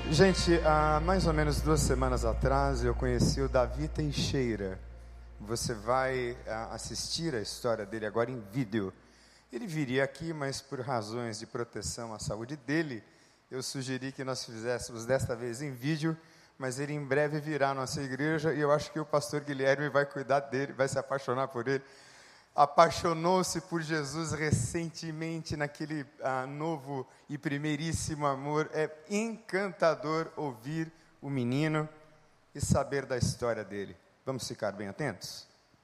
Gente, há mais ou menos 2 semanas atrás eu conheci o Davi Teixeira. Você vai assistir a história dele agora em vídeo. Ele viria aqui, mas por razões de proteção à saúde dele, eu sugeri que nós fizéssemos desta vez em vídeo, mas ele em breve virá à nossa igreja e eu acho que o pastor Guilherme vai cuidar dele, vai se apaixonar por ele. Apaixonou-se por Jesus recentemente naquele novo e primeiríssimo amor. É encantador ouvir o menino e saber da história dele. Vamos ficar bem atentos?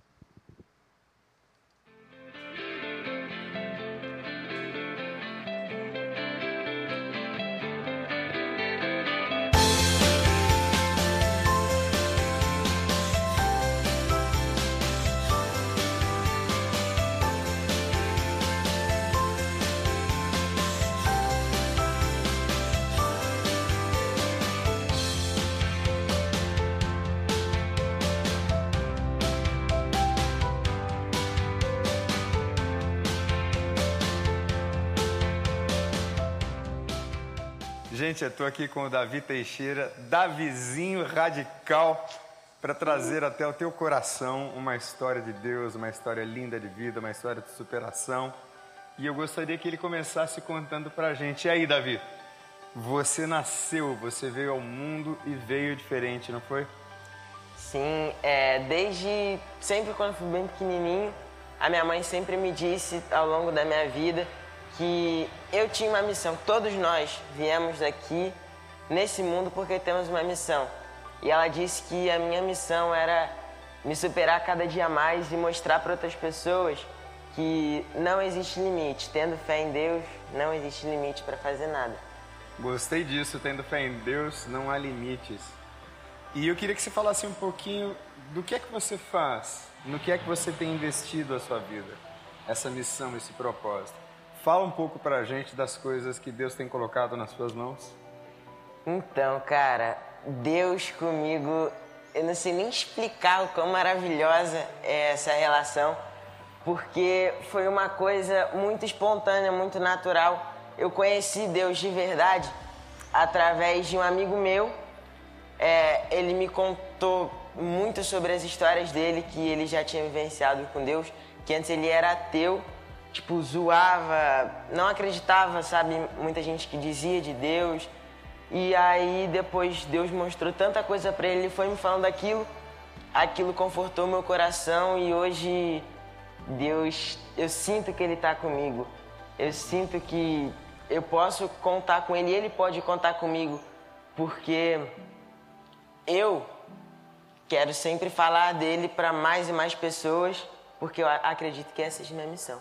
Gente, eu estou aqui com o Davi Teixeira, Davizinho Radical, para trazer até o teu coração uma história de Deus, uma história linda de vida, uma história de superação. E eu gostaria que ele começasse contando para a gente. E aí, Davi, você nasceu, você veio ao mundo e veio diferente, não foi? Sim, desde sempre quando fui bem pequenininho, a minha mãe sempre me disse ao longo da minha vida que eu tinha uma missão. Todos nós viemos daqui nesse mundo porque temos uma missão. E ela disse que a minha missão era me superar cada dia mais e mostrar para outras pessoas que não existe limite. Tendo fé em Deus, não existe limite para fazer nada. Gostei disso, tendo fé em Deus, não há limites. E eu queria que você falasse um pouquinho do que é que você faz, no que é que você tem investido a sua vida, essa missão, esse propósito. Fala um pouco pra gente das coisas que Deus tem colocado nas suas mãos. Então, cara, Deus comigo, eu não sei nem explicar o quão maravilhosa é essa relação, porque foi uma coisa muito espontânea, muito natural. Eu conheci Deus de verdade através de um amigo meu. Ele me contou muito sobre as histórias dele, que ele já tinha vivenciado com Deus, que antes ele era ateu. Tipo, zoava, não acreditava, sabe? Muita gente que dizia de Deus. E aí, depois, Deus mostrou tanta coisa pra ele, ele foi me falando aquilo confortou meu coração e hoje, Deus, eu sinto que Ele tá comigo. Eu sinto que eu posso contar com Ele e Ele pode contar comigo, porque eu quero sempre falar dele para mais e mais pessoas, porque eu acredito que essa é a minha missão.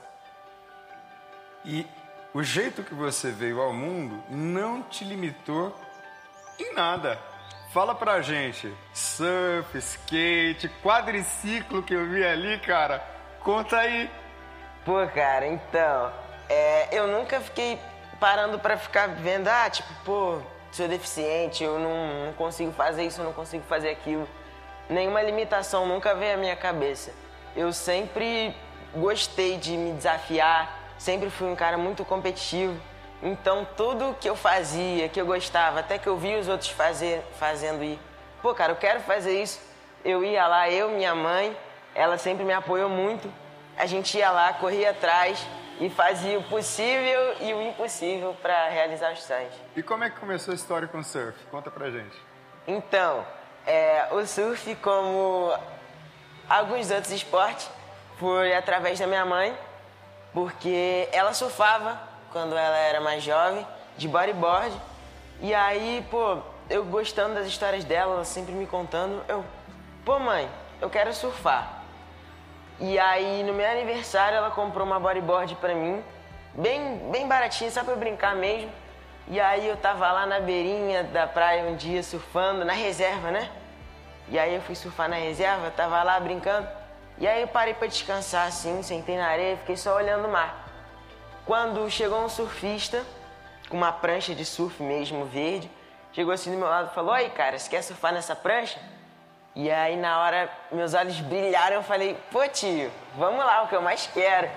E o jeito que você veio ao mundo não te limitou em nada. Fala pra gente, surf, skate, quadriciclo que eu vi ali, cara, conta aí. Pô, cara, então, eu nunca fiquei parando pra ficar vendo, sou deficiente, eu não consigo fazer isso, eu não consigo fazer aquilo. Nenhuma limitação nunca veio à minha cabeça. Eu sempre gostei de me desafiar, sempre fui um cara muito competitivo, então tudo que eu fazia, que eu gostava, até que eu via os outros fazendo e, cara, eu quero fazer isso. Eu ia lá, minha mãe, ela sempre me apoiou muito, a gente ia lá, corria atrás e fazia o possível e o impossível para realizar os sonhos. E como é que começou a história com o surf? Conta pra gente. Então, o surf, como alguns outros esportes, foi através da minha mãe, porque ela surfava quando ela era mais jovem, de bodyboard. E aí, eu gostando das histórias dela, ela sempre me contando, mãe, eu quero surfar. E aí, no meu aniversário, ela comprou uma bodyboard pra mim, bem baratinha, só pra eu brincar mesmo. E aí, eu tava lá na beirinha da praia um dia, surfando, na reserva, né? E aí, eu fui surfar na reserva, tava lá brincando. E aí eu parei pra descansar assim, sentei na areia, fiquei só olhando o mar. Quando chegou um surfista, com uma prancha de surf mesmo, verde, chegou assim do meu lado e falou, oi cara, você quer surfar nessa prancha? E aí na hora, meus olhos brilharam, eu falei, tio, vamos lá, o que eu mais quero.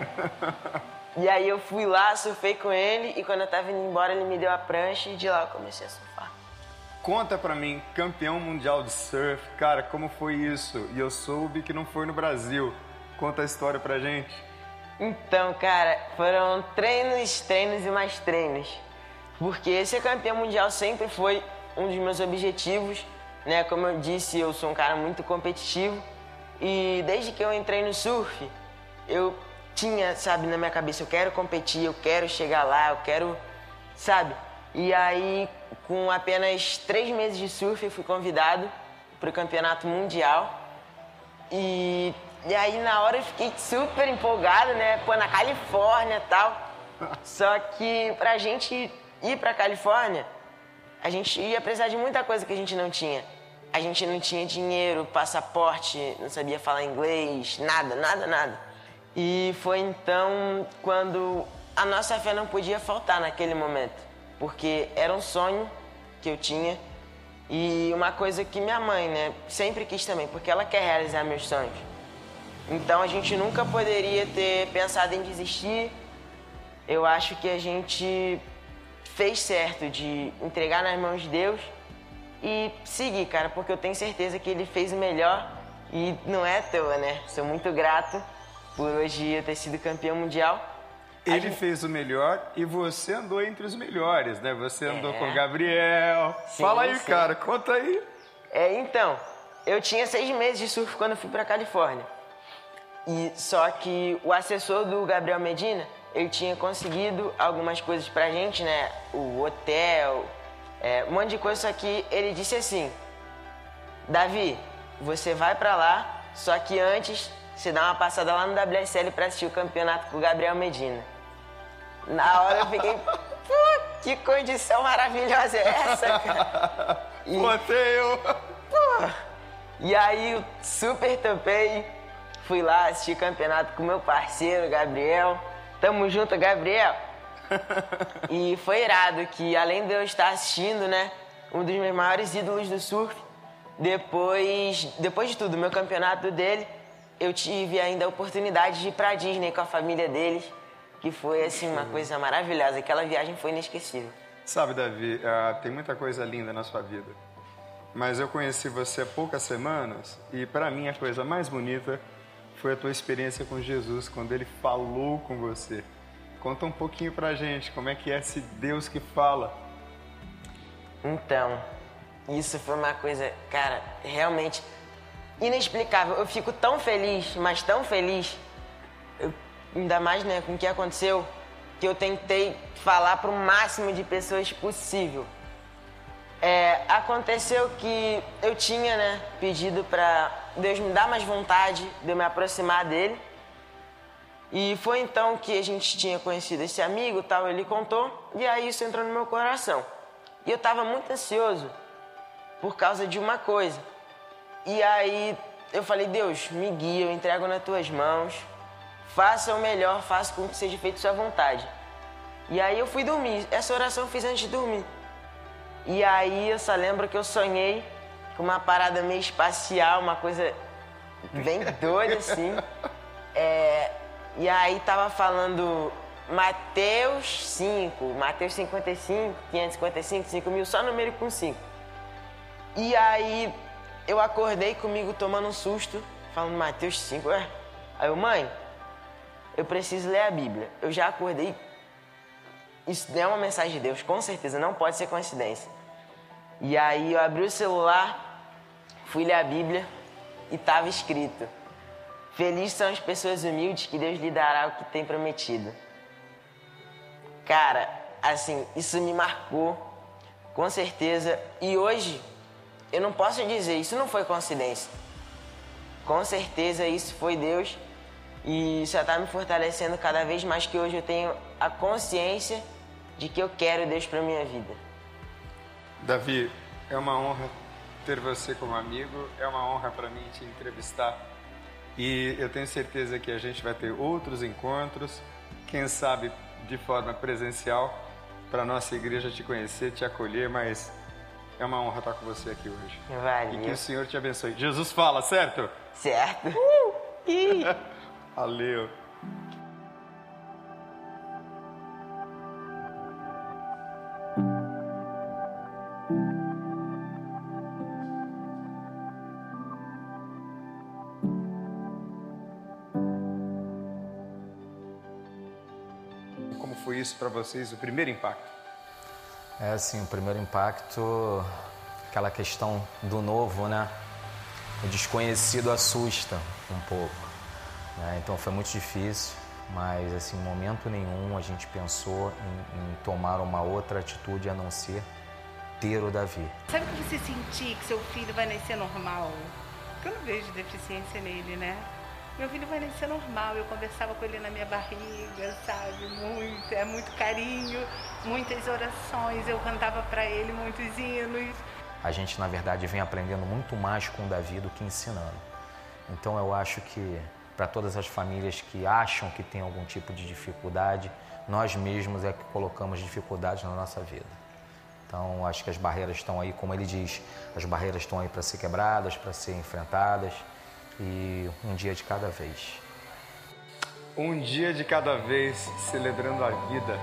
E aí eu fui lá, surfei com ele, e quando eu tava indo embora, ele me deu a prancha e de lá eu comecei a surfar. Conta pra mim, campeão mundial de surf, cara, como foi isso? E eu soube que não foi no Brasil. Conta a história pra gente. Então, cara, foram treinos, treinos e mais treinos. Porque ser campeão mundial sempre foi um dos meus objetivos, né? Como eu disse, eu sou um cara muito competitivo. E desde que eu entrei no surf, eu tinha, sabe, na minha cabeça, eu quero competir, eu quero chegar lá, eu quero, sabe? E aí, com apenas 3 meses de surf, eu fui convidado para o campeonato mundial. E aí, na hora, eu fiquei super empolgado, né? Pô, na Califórnia e tal. Só que pra gente ir pra Califórnia, a gente ia precisar de muita coisa que a gente não tinha. A gente não tinha dinheiro, passaporte, não sabia falar inglês, nada. E foi então quando a nossa fé não podia faltar naquele momento. Porque era um sonho que eu tinha e uma coisa que minha mãe, né, sempre quis também, porque ela quer realizar meus sonhos. Então a gente nunca poderia ter pensado em desistir. Eu acho que a gente fez certo de entregar nas mãos de Deus e seguir, cara, porque eu tenho certeza que Ele fez o melhor e não é à toa, né? Sou muito grato por hoje eu ter sido campeão mundial. Ele fez o melhor e você andou entre os melhores, né? Você andou com o Gabriel. Sim, Fala aí, sim. cara, conta aí. Então, eu tinha 6 meses de surf quando eu fui pra Califórnia. E só que o assessor do Gabriel Medina, ele tinha conseguido algumas coisas pra gente, né? O hotel, um monte de coisa, só que ele disse assim: Davi, você vai pra lá, só que antes você dá uma passada lá no WSL pra assistir o campeonato com o Gabriel Medina. Na hora eu fiquei, pô, que condição maravilhosa é essa, cara? Botei eu. E aí eu super topei, fui lá assistir o campeonato com meu parceiro, Gabriel. Tamo junto, Gabriel. E foi irado que, além de eu estar assistindo, né, um dos meus maiores ídolos do surf, depois de tudo, meu campeonato dele, eu tive ainda a oportunidade de ir pra Disney com a família deles, que foi, assim, uma coisa maravilhosa. Aquela viagem foi inesquecível. Sabe, Davi, tem muita coisa linda na sua vida. Mas eu conheci você há poucas semanas e, para mim, a coisa mais bonita foi a tua experiência com Jesus, quando Ele falou com você. Conta um pouquinho pra gente, como é que é esse Deus que fala? Então, isso foi uma coisa, cara, realmente inexplicável. Eu fico tão feliz, mas tão feliz, ainda mais, né, com o que aconteceu, que eu tentei falar para o máximo de pessoas possível. Aconteceu que eu tinha, né, pedido para Deus me dar mais vontade de eu me aproximar dele. E foi então que a gente tinha conhecido esse amigo, tal, ele contou, e aí isso entrou no meu coração. E eu estava muito ansioso por causa de uma coisa. E aí eu falei: Deus, me guia, eu entrego nas tuas mãos, faça o melhor, faça com que seja feita sua vontade. E aí eu fui dormir, essa oração eu fiz antes de dormir. E aí eu só lembro que eu sonhei com uma parada meio espacial, uma coisa bem doida assim. E aí tava falando Mateus 5, Mateus 55, 555, 5.000, só número com 5. E aí eu acordei comigo tomando um susto, falando Mateus 5, Aí eu: mãe, eu preciso ler a Bíblia. Eu já acordei, isso é uma mensagem de Deus, com certeza, não pode ser coincidência. E aí eu abri o celular, fui ler a Bíblia e tava escrito: felizes são as pessoas humildes, que Deus lhe dará o que tem prometido. Cara, assim, isso me marcou, com certeza. E hoje, eu não posso dizer, isso não foi coincidência. Com certeza isso foi Deus e só está me fortalecendo cada vez mais, que hoje eu tenho a consciência de que eu quero Deus para minha vida. Davi, é uma honra ter você como amigo, é uma honra para mim te entrevistar. E eu tenho certeza que a gente vai ter outros encontros, quem sabe de forma presencial, para nossa igreja te conhecer, te acolher, mas é uma honra estar com você aqui hoje. Valeu. E que o Senhor te abençoe. Jesus fala, certo? Certo. Valeu. foi isso para vocês, o primeiro impacto? É assim, o primeiro impacto, aquela questão do novo, né? O desconhecido assusta um pouco, né? Então foi muito difícil, mas assim, em momento nenhum a gente pensou em tomar uma outra atitude a não ser ter o Davi. Sabe que você sentir que seu filho vai nascer normal? Porque eu não vejo deficiência nele, né? Meu filho vai nascer normal, eu conversava com ele na minha barriga, sabe? Muito carinho, muitas orações, eu cantava para ele muitos hinos. A gente, na verdade, vem aprendendo muito mais com o Davi do que ensinando. Então, eu acho que, para todas as famílias que acham que tem algum tipo de dificuldade, nós mesmos é que colocamos dificuldades na nossa vida. Então, acho que as barreiras estão aí, como ele diz, as barreiras estão aí para ser quebradas, para ser enfrentadas, e um dia de cada vez. Um dia de cada vez, celebrando a vida.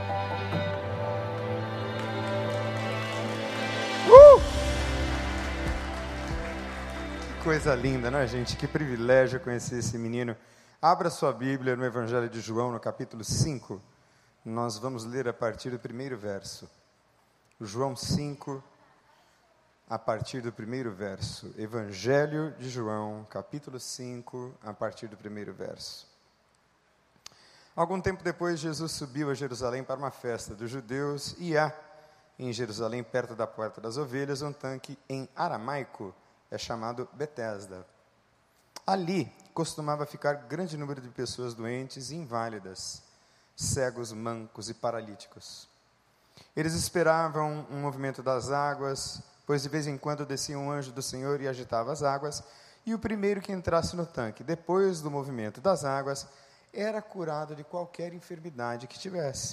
Que coisa linda, não é, gente? Que privilégio conhecer esse menino. Abra sua Bíblia no Evangelho de João, no capítulo 5. Nós vamos ler a partir do primeiro verso. João 5, a partir do primeiro verso. Evangelho de João, capítulo 5, a partir do primeiro verso. Algum tempo depois, Jesus subiu a Jerusalém para uma festa dos judeus e há, em Jerusalém, perto da Porta das Ovelhas, um tanque em aramaico, é chamado Betesda. Ali costumava ficar grande número de pessoas doentes e inválidas, cegos, mancos e paralíticos. Eles esperavam um movimento das águas, pois de vez em quando descia um anjo do Senhor e agitava as águas, e o primeiro que entrasse no tanque, depois do movimento das águas, era curado de qualquer enfermidade que tivesse.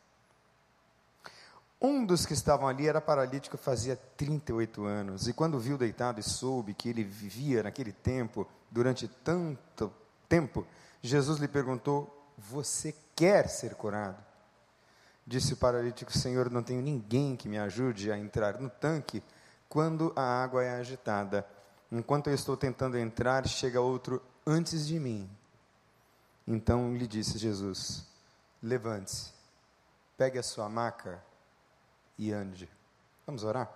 Um dos que estavam ali era paralítico, fazia 38 anos, e quando viu deitado e soube que ele vivia naquele tempo, durante tanto tempo, Jesus lhe perguntou: você quer ser curado? Disse o paralítico: Senhor, não tenho ninguém que me ajude a entrar no tanque quando a água é agitada. Enquanto eu estou tentando entrar, chega outro antes de mim. Então lhe disse Jesus: levante-se, pegue a sua maca e ande. Vamos orar?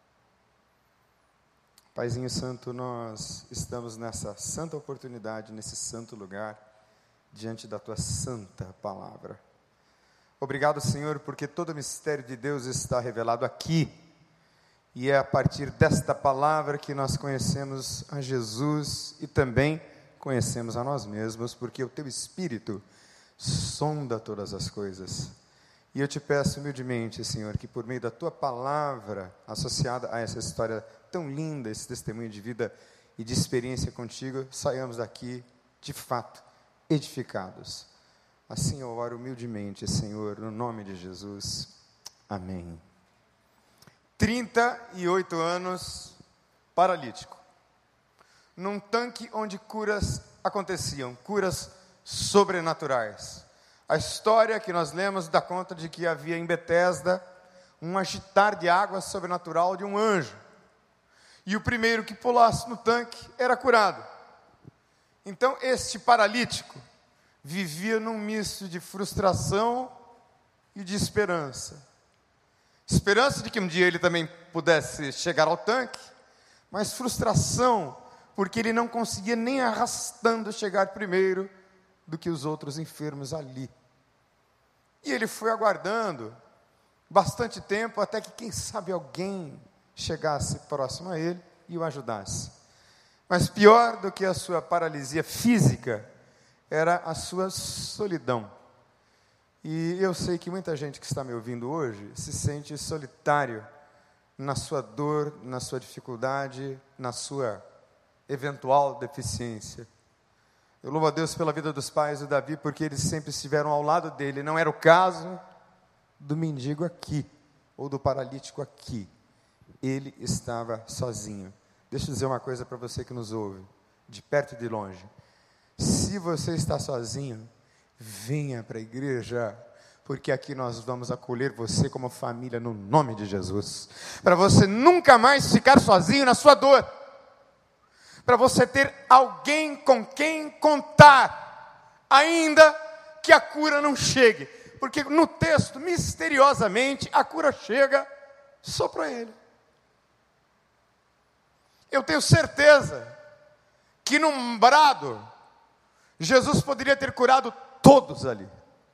Paizinho Santo, nós estamos nessa santa oportunidade, nesse santo lugar, diante da Tua santa palavra. Obrigado, Senhor, porque todo o mistério de Deus está revelado aqui. E é a partir desta palavra que nós conhecemos a Jesus e também conhecemos a nós mesmos, porque o Teu Espírito sonda todas as coisas. E eu te peço humildemente, Senhor, que por meio da Tua palavra, associada a essa história tão linda, esse testemunho de vida e de experiência contigo, saiamos daqui, de fato, edificados. Assim eu oro humildemente, Senhor, no nome de Jesus. Amém. 38 anos, paralítico. Num tanque onde curas aconteciam, curas sobrenaturais. A história que nós lemos dá conta de que havia em Betesda um agitar de água sobrenatural de um anjo. E o primeiro que pulasse no tanque era curado. Então este paralítico vivia num misto de frustração e de esperança. Esperança de que um dia ele também pudesse chegar ao tanque, mas frustração, porque ele não conseguia nem arrastando chegar primeiro do que os outros enfermos ali. E ele foi aguardando bastante tempo, até que, quem sabe, alguém chegasse próximo a ele e o ajudasse. Mas pior do que a sua paralisia física, era a sua solidão. E eu sei que muita gente que está me ouvindo hoje se sente solitário na sua dor, na sua dificuldade, na sua eventual deficiência. Eu louvo a Deus pela vida dos pais do Davi, porque eles sempre estiveram ao lado dele. Não era o caso do mendigo aqui, ou do paralítico aqui. Ele estava sozinho. Deixa eu dizer uma coisa para você que nos ouve, de perto e de longe. Se você está sozinho, venha para a igreja, porque aqui nós vamos acolher você como família no nome de Jesus. Para você nunca mais ficar sozinho na sua dor. Para você ter alguém com quem contar, ainda que a cura não chegue. Porque no texto, misteriosamente, a cura chega só para ele. Eu tenho certeza que num brado, Jesus poderia ter curado todos ali.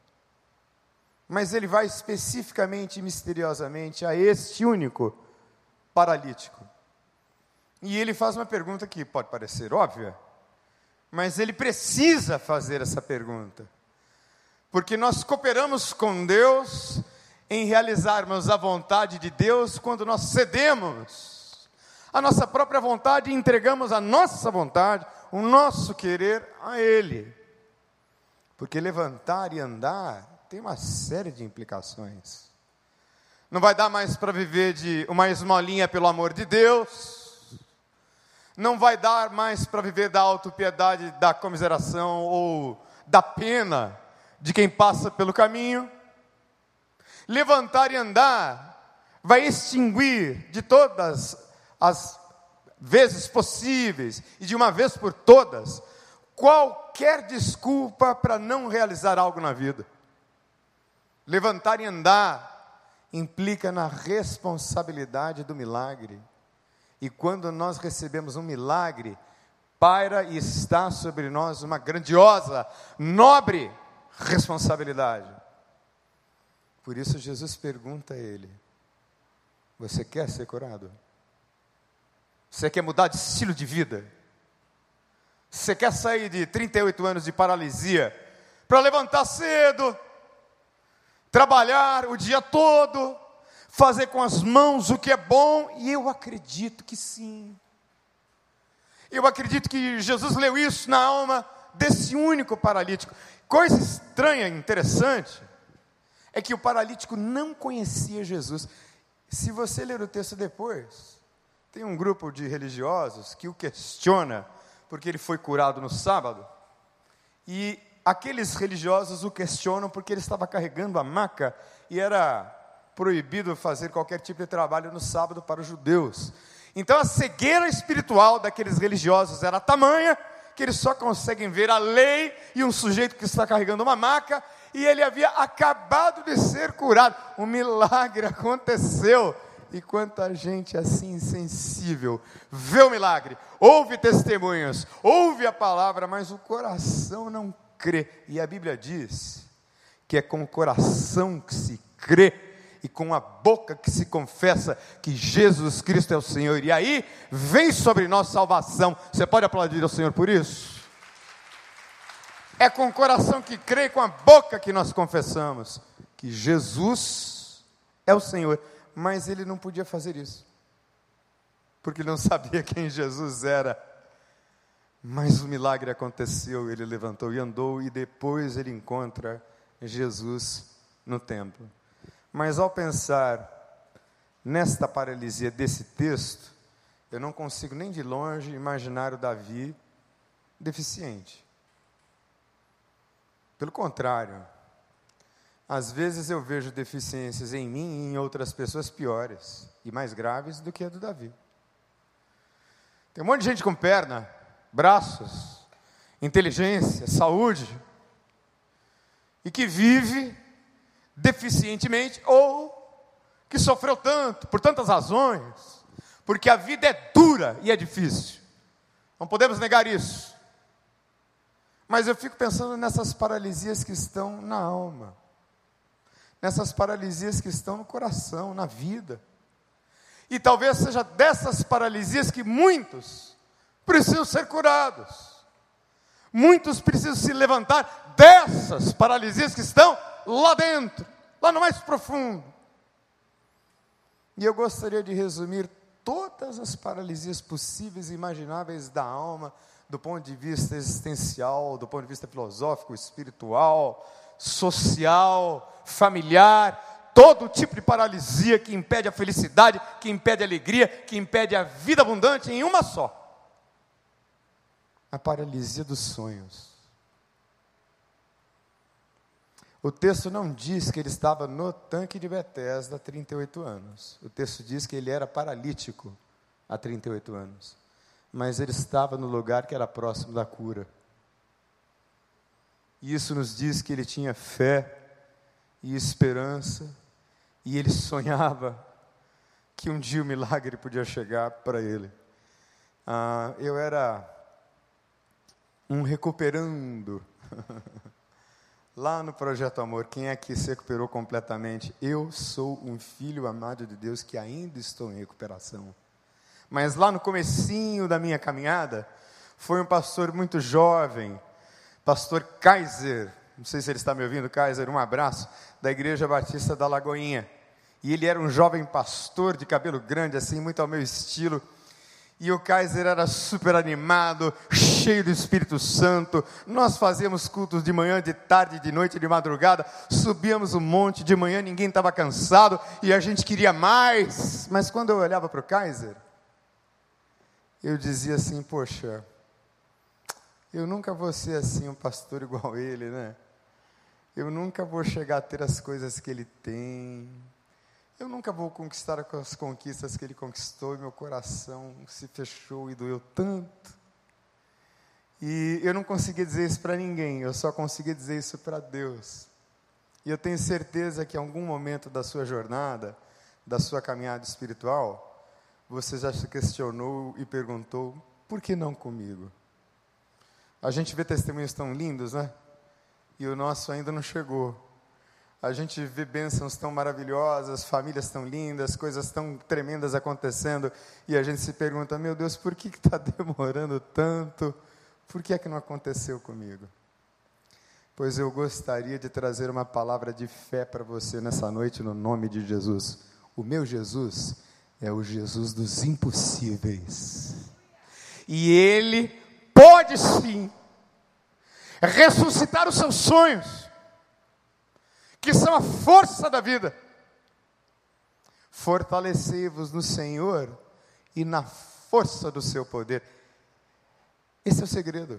Mas ele vai especificamente e misteriosamente a este único paralítico. E ele faz uma pergunta que pode parecer óbvia, mas ele precisa fazer essa pergunta. Porque nós cooperamos com Deus em realizarmos a vontade de Deus quando nós cedemos a nossa própria vontade e entregamos a nossa vontade, o nosso querer a Ele. Porque levantar e andar tem uma série de implicações. Não vai dar mais para viver de uma esmolinha pelo amor de Deus. Não vai dar mais para viver da autopiedade, da comiseração ou da pena de quem passa pelo caminho. Levantar e andar vai extinguir de todas as vezes possíveis e de uma vez por todas qualquer desculpa para não realizar algo na vida. Levantar e andar implica na responsabilidade do milagre. E quando nós recebemos um milagre, paira e está sobre nós uma grandiosa, nobre responsabilidade. Por isso Jesus pergunta a ele: você quer ser curado? Você quer mudar de estilo de vida? Você quer sair de 38 anos de paralisia para levantar cedo, trabalhar o dia todo, fazer com as mãos o que é bom? E eu acredito que sim. Eu acredito que Jesus leu isso na alma desse único paralítico. Coisa estranha, interessante, é que o paralítico não conhecia Jesus. Se você ler o texto depois, tem um grupo de religiosos que o questiona, porque ele foi curado no sábado, e aqueles religiosos o questionam porque ele estava carregando a maca, e era proibido fazer qualquer tipo de trabalho no sábado para os judeus. Então a cegueira espiritual daqueles religiosos era tamanha, que eles só conseguem ver a lei e um sujeito que está carregando uma maca, e ele havia acabado de ser curado. Um milagre aconteceu, e quanta gente assim insensível vê o milagre, ouve testemunhos, ouve a palavra, mas o coração não crê. E a Bíblia diz que é com o coração que se crê e com a boca que se confessa que Jesus Cristo é o Senhor, e aí vem sobre nós salvação. Você pode aplaudir ao Senhor por isso? É com o coração que crê e com a boca que nós confessamos que Jesus é o Senhor. Mas ele não podia fazer isso, porque ele não sabia quem Jesus era. Mas o milagre aconteceu, ele levantou e andou, e depois ele encontra Jesus no templo. Mas ao pensar nesta paralisia desse texto, eu não consigo nem de longe imaginar o Davi deficiente. Pelo contrário, às vezes eu vejo deficiências em mim e em outras pessoas piores e mais graves do que a do Davi. Tem um monte de gente com perna, braços, inteligência, saúde, e que vive deficientemente, ou que sofreu tanto, por tantas razões, porque a vida é dura e é difícil, não podemos negar isso. Mas eu fico pensando nessas paralisias que estão na alma, nessas paralisias que estão no coração, na vida, e talvez seja dessas paralisias que muitos precisam ser curados, muitos precisam se levantar dessas paralisias que estão lá dentro, lá no mais profundo. E eu gostaria de resumir todas as paralisias possíveis e imagináveis da alma, do ponto de vista existencial, do ponto de vista filosófico, espiritual, social, familiar, todo tipo de paralisia que impede a felicidade, que impede a alegria, que impede a vida abundante, em uma só: a paralisia dos sonhos. O texto não diz que ele estava no tanque de Betesda há 38 anos. O texto diz que ele era paralítico há 38 anos. Mas ele estava no lugar que era próximo da cura. E isso nos diz que ele tinha fé e esperança, e ele sonhava que um dia o milagre podia chegar para ele. Eu era um recuperando lá no Projeto Amor. Quem é que se recuperou completamente? Eu sou um filho amado de Deus que ainda estou em recuperação. Mas lá no comecinho da minha caminhada, foi um pastor muito jovem, pastor Kaiser, não sei se ele está me ouvindo, Kaiser, um abraço, da Igreja Batista da Lagoinha. E ele era um jovem pastor de cabelo grande, assim, muito ao meu estilo. E o Kaiser era super animado, cheio do Espírito Santo. Nós fazíamos cultos de manhã, de tarde, de noite, de madrugada. Subíamos um monte, de manhã ninguém estava cansado e a gente queria mais. Mas quando eu olhava para o Kaiser, eu dizia assim, poxa, eu nunca vou ser assim um pastor igual ele, né? Eu nunca vou chegar a ter as coisas que ele tem. Eu nunca vou conquistar as conquistas que ele conquistou, e meu coração se fechou e doeu tanto. E eu não conseguia dizer isso para ninguém, eu só conseguia dizer isso para Deus. E eu tenho certeza que em algum momento da sua jornada, da sua caminhada espiritual, você já se questionou e perguntou, por que não comigo? A gente vê testemunhos tão lindos, né? E o nosso ainda não chegou. A gente vê bênçãos tão maravilhosas, famílias tão lindas, coisas tão tremendas acontecendo, e a gente se pergunta, meu Deus, por que está demorando tanto? Por que é que não aconteceu comigo? Pois eu gostaria de trazer uma palavra de fé para você nessa noite, no nome de Jesus. O meu Jesus é o Jesus dos impossíveis. E Ele pode sim ressuscitar os seus sonhos, que são a força da vida. Fortalecei-vos no Senhor e na força do seu poder. Esse é o segredo.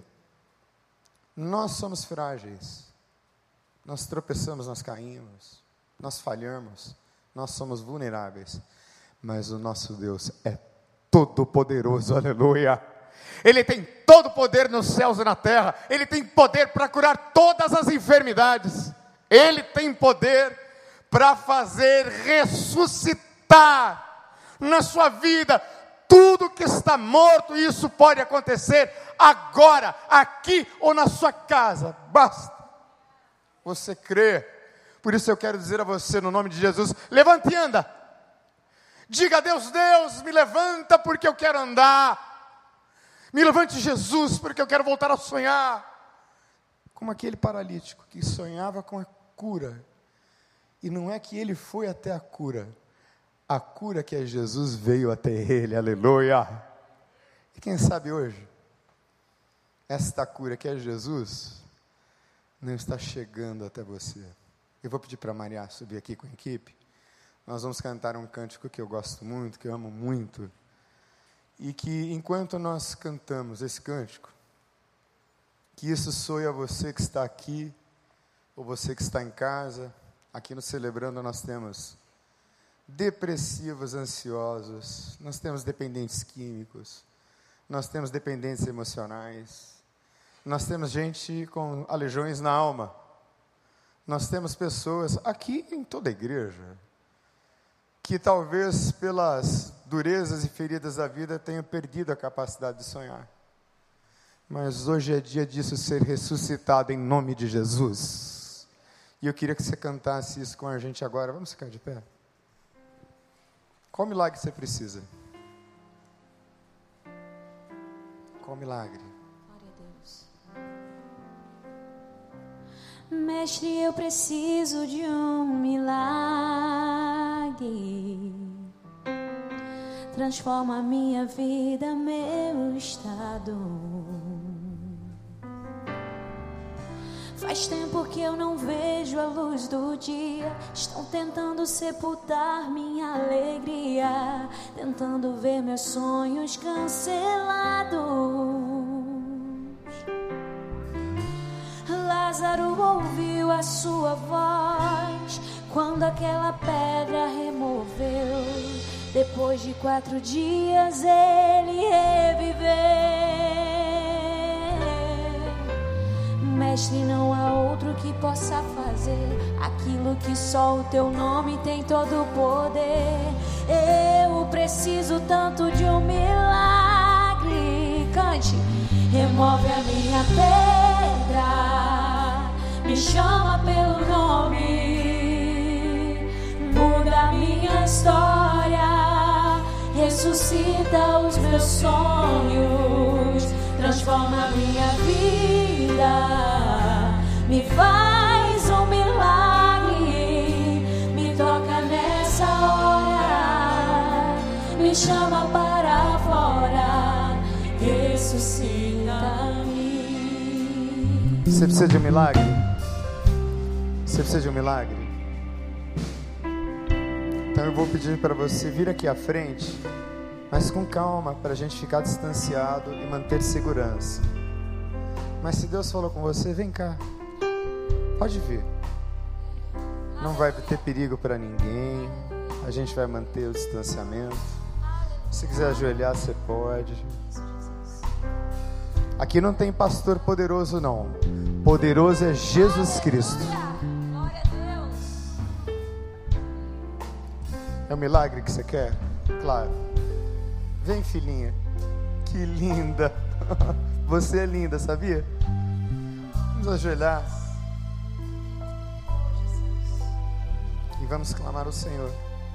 Nós somos frágeis. Nós tropeçamos, nós caímos, nós falhamos, nós somos vulneráveis. Mas o nosso Deus é todo poderoso, aleluia. Ele tem todo o poder nos céus e na terra. Ele tem poder para curar todas as enfermidades. Ele tem poder para fazer ressuscitar na sua vida tudo que está morto. E isso pode acontecer agora, aqui ou na sua casa. Basta você crer. Por isso eu quero dizer a você, no nome de Jesus, levante e anda. Diga a Deus, Deus, me levanta porque eu quero andar. Me levante, Jesus, porque eu quero voltar a sonhar. Como aquele paralítico que sonhava com a cura. E não é que ele foi até a cura que é Jesus veio até ele, aleluia. E quem sabe hoje, esta cura que é Jesus, não está chegando até você. Eu vou pedir para a Maria subir aqui com a equipe. Nós vamos cantar um cântico que eu gosto muito, que eu amo muito. E que enquanto nós cantamos esse cântico, que isso soe a você que está aqui, ou você que está em casa. Aqui no Celebrando nós temos depressivos, ansiosos, nós temos dependentes químicos, nós temos dependentes emocionais, nós temos gente com aleijões na alma, nós temos pessoas aqui em toda a igreja, que talvez pelas durezas e feridas da vida tenham perdido a capacidade de sonhar. Mas hoje é dia disso ser ressuscitado em nome de Jesus. E eu queria que você cantasse isso com a gente agora. Vamos ficar de pé? Qual milagre você precisa? Qual milagre? Glória a Deus. Mestre, eu preciso de um milagre. Transforma a minha vida, meu estado. Faz tempo que eu não vejo a luz do dia. Estão tentando sepultar minha alegria, tentando ver meus sonhos cancelados. Lázaro ouviu a sua voz quando aquela pedra removeu. Depois de 4 dias ele reviveu. Mestre, não há outro que possa fazer aquilo que só o teu nome tem todo o poder. Eu preciso tanto de um milagre. Cante. Remove a minha pedra, me chama pelo nome, muda a minha história, ressuscita os meus sonhos, transforma a minha vida, me faz um milagre, me toca nessa hora, me chama para fora, ressuscita-me. Você precisa de um milagre? Você precisa de um milagre? Então eu vou pedir para você vir aqui à frente, mas com calma, para a gente ficar distanciado e manter segurança. Mas se Deus falou com você, vem cá, pode vir. Não vai ter perigo para ninguém, a gente vai manter o distanciamento. Se quiser ajoelhar, você pode. Aqui não tem pastor poderoso não, poderoso é Jesus Cristo. É o milagre que você quer? Claro. Vem, filhinha. Que linda. Você é linda, sabia? Vamos ajoelhar e vamos clamar ao Senhor.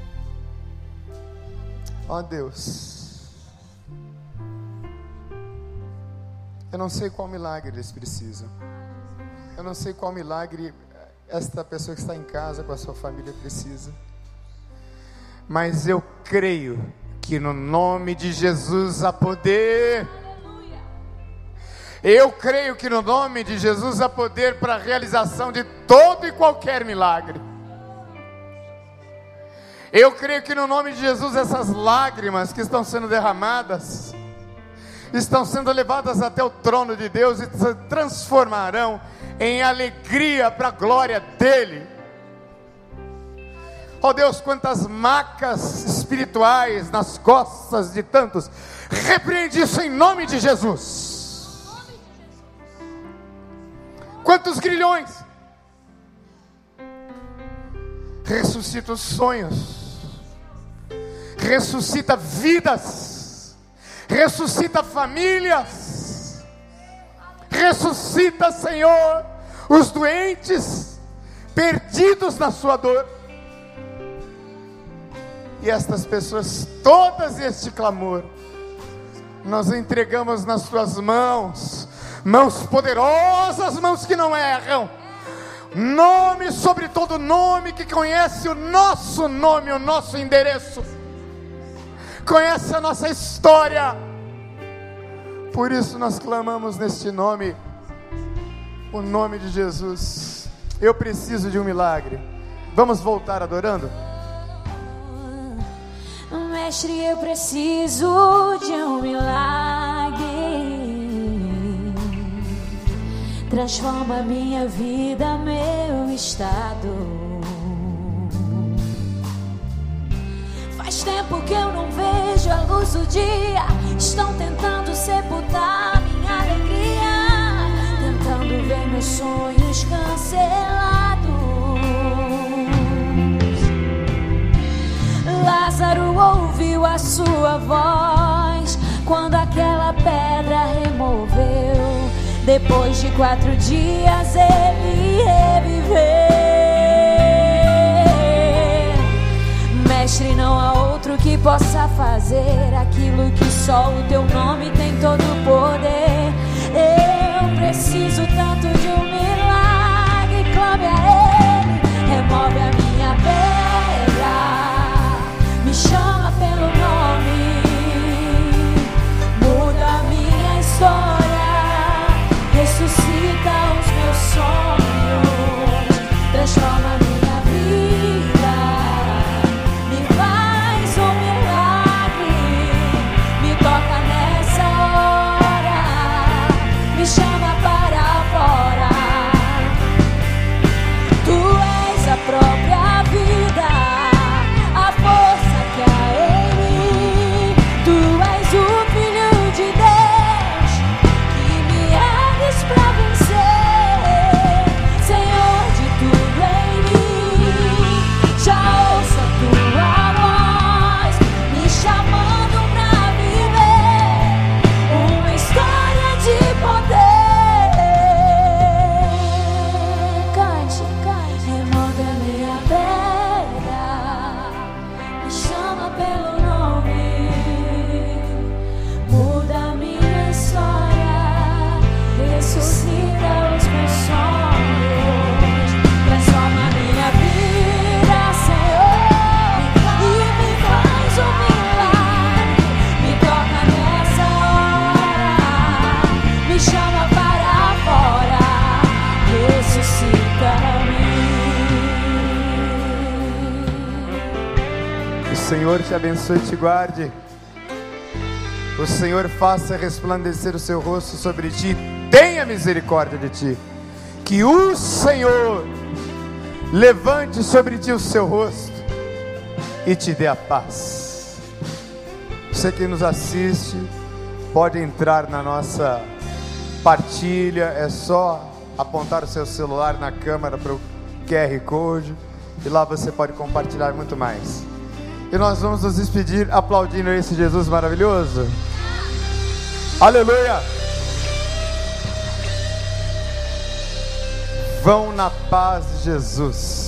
Ó Deus, eu não sei qual milagre eles precisam. Eu não sei qual milagre esta pessoa que está em casa com a sua família precisa. Mas eu creio que no nome de Jesus há poder. Eu creio que no nome de Jesus há poder para a realização de todo e qualquer milagre. Eu creio que no nome de Jesus essas lágrimas que estão sendo derramadas estão sendo levadas até o trono de Deus e se transformarão em alegria para a glória dEle. Ó Deus, quantas macas espirituais nas costas de tantos. Repreende isso em nome de Jesus. Quantos grilhões. Ressuscita os sonhos, ressuscita vidas, ressuscita famílias, ressuscita, Senhor, os doentes, perdidos na sua dor. E estas pessoas, todas este clamor, nós entregamos nas tuas mãos, mãos poderosas, mãos que não erram, nome sobre todo nome, que conhece o nosso nome, o nosso endereço, conhece a nossa história. Por isso nós clamamos neste nome, o nome de Jesus. Eu preciso de um milagre. Vamos voltar adorando? Mestre, eu preciso de um milagre. Transforma minha vida, meu estado. Faz tempo que eu não vejo a luz do dia. Estão tentando sepultar minha alegria, tentando ver meus sonhos cancelados. Lázaro ouviu a sua voz quando aquela pedra removeu. Depois de 4 dias ele reviveu. Mestre, não há outro que possa fazer aquilo que só o teu nome tem todo o poder. Eu preciso tanto de um milagre. Clame a ele, remove a minha pedra, me chama pelo nome, muda a minha história, ressuscita os meus sonhos, transforma a minha vida, me faz um milagre, me toca nessa hora, Senhor te abençoe e te guarde. O Senhor faça resplandecer o seu rosto sobre ti, tenha misericórdia de ti. Que o Senhor levante sobre ti o seu rosto e te dê a paz. Você que nos assiste, pode entrar na nossa partilha. É só apontar o seu celular na câmera para o QR Code e lá você pode compartilhar muito mais. E nós vamos nos despedir aplaudindo esse Jesus maravilhoso. Aleluia! Vão na paz de Jesus.